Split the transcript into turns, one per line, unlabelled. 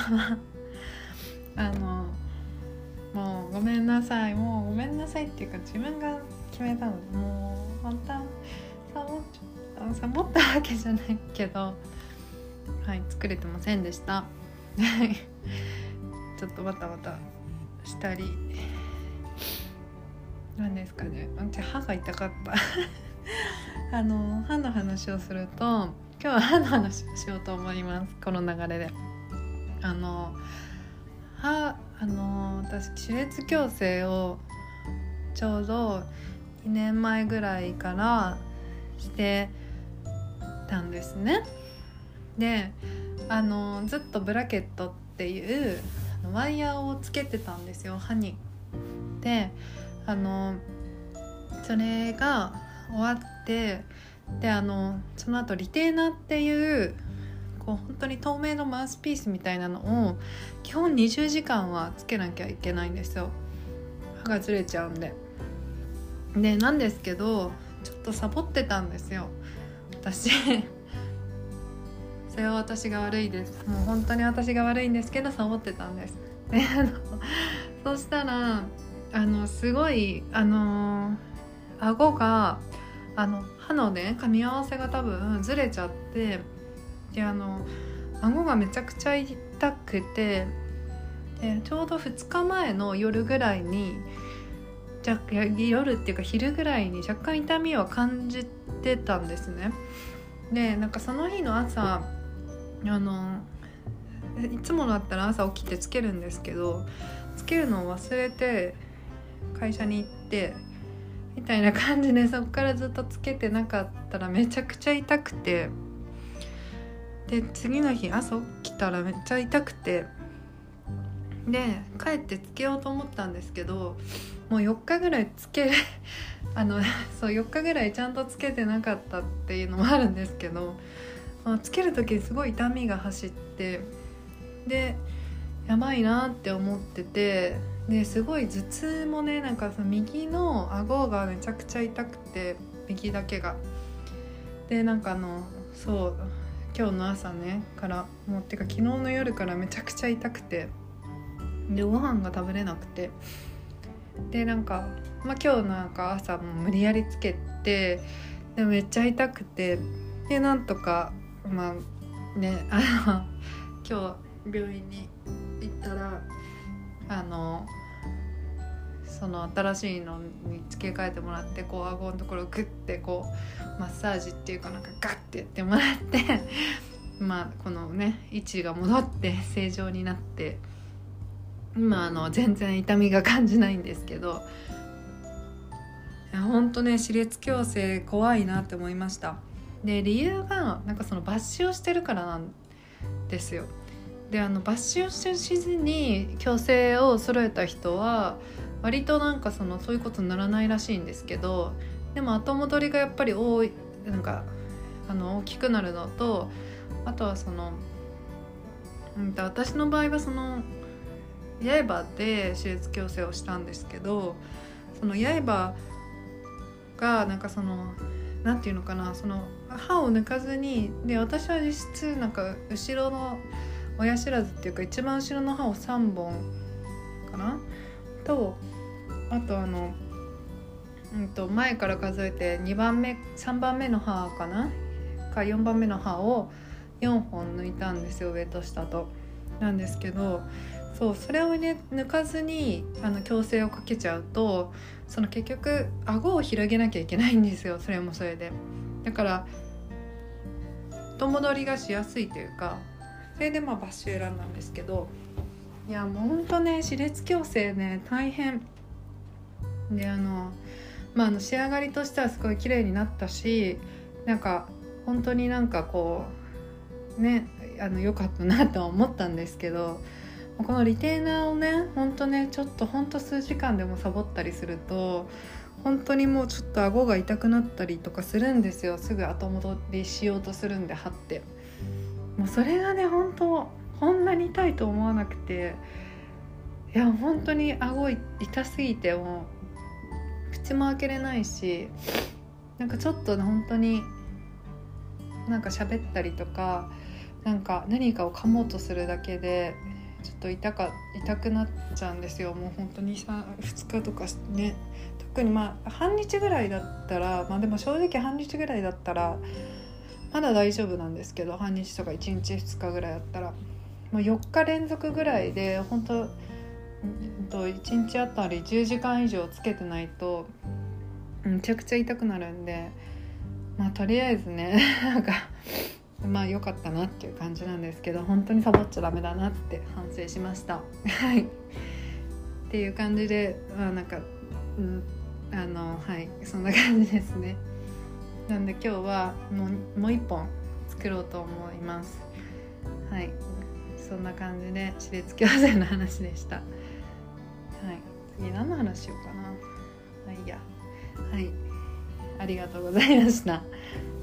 はもうごめんなさいっていうか、自分が決めたの。もう本当はサボったわけじゃないけど、はい、作れてませんでしたちょっとバタバタしたり、なんですかね、歯が痛かった歯の話をすると、今日は歯の話をしようと思います。この流れで私歯列矯正をちょうど2年前ぐらいからしてたんですね。でずっとブラケットっていうワイヤーをつけてたんですよ、歯に。でそれが終わって、でその後リテーナーっていう本当に透明のマウスピースみたいなのを基本20時間はつけなきゃいけないんですよ。歯がずれちゃうんで。なんですけどちょっとサボってたんですよ、私それは私が悪いです。もう本当に私が悪いんですけど、サボってたんです。でそしたらすごい顎が歯のね噛み合わせが多分ずれちゃって、で顎がめちゃくちゃ痛くて、でちょうど2日前の夜ぐらいに夜っていうか昼ぐらいに若干痛みを感じてたんですね。でなんかその日の朝いつもだったら朝起きてつけるんですけど、つけるのを忘れて会社に行ってみたいな感じで、そこからずっとつけてなかったらめちゃくちゃ痛くて、で次の日朝起きたらめっちゃ痛くて、で帰ってつけようと思ったんですけど、もう4日ぐらいそう4日ぐらいちゃんとつけてなかったっていうのもあるんですけど、つける時すごい痛みが走って、でやばいなって思ってて、ですごい頭痛もね、なんかその右の顎がめちゃくちゃ痛くて、右だけが。でなんかそう今日の朝ねからもうてか昨日の夜からめちゃくちゃ痛くて、でご飯が食べれなくて、でなんか、今日なんか朝も無理やりつけて、でめっちゃ痛くて、でなんとか今日病院に行ったらその新しいのに付け替えてもらって、顎のところをグッてマッサージっていうかなんかガッてやってもらってこのね位置が戻って正常になって、今全然痛みが感じないんですけど、ほんとね歯列矯正怖いなって思いました。で理由がなんかその抜歯をしてるからなんですよ。で抜歯をしずに矯正を揃えた人は割となんかそういうことにならないらしいんですけど、でも後戻りがやっぱり多い、なんか大きくなるのと、あとは私の場合は刃で歯列矯正をしたんですけど、その刃がなんかなんていうのかな、歯を抜かずに、で私は実質なんか後ろの親知らずっていうか一番後ろの歯を3本かなと、あと前から数えて2番目3番目の歯かなか4番目の歯を4本抜いたんですよ、上と下と。なんですけど、それをね抜かずに矯正をかけちゃうと、結局顎を広げなきゃいけないんですよ。それもそれでだから後戻りがしやすいというか、それで抜歯選んだんですけど、いやもうほんとね歯列矯正ね大変で、仕上がりとしてはすごい綺麗になったし、なんか本当になんかね良かったなとは思ったんですけど、このリテーナーをねほんとねちょっとほんと数時間でもサボったりすると、本当にもうちょっと顎が痛くなったりとかするんですよ。すぐ後戻りしようとするんで、歯ってもうそれがね本当こんなに痛いと思わなくて、いや本当に顎痛すぎてもう口も開けれないし、なんかちょっと本当になんか喋ったりとか、なんか何かを噛もうとするだけでちょっと痛くなっちゃうんですよ。もう本当に2日とかね、特に半日ぐらいだったら、でも正直半日ぐらいだったらまだ大丈夫なんですけど、半日とか1日2日ぐらいだったらもう4日連続ぐらいで本当1日あたり10時間以上つけてないとめちゃくちゃ痛くなるんで、とりあえずねなんか良かったなっていう感じなんですけど、本当にサボっちゃダメだなって反省しましたはいっていう感じで、そんな感じですね。なんで今日はもう一本作ろうと思います。はい、そんな感じで歯列矯正の話でした。はい、次何の話しようかな。いいや。はい、ありがとうございました。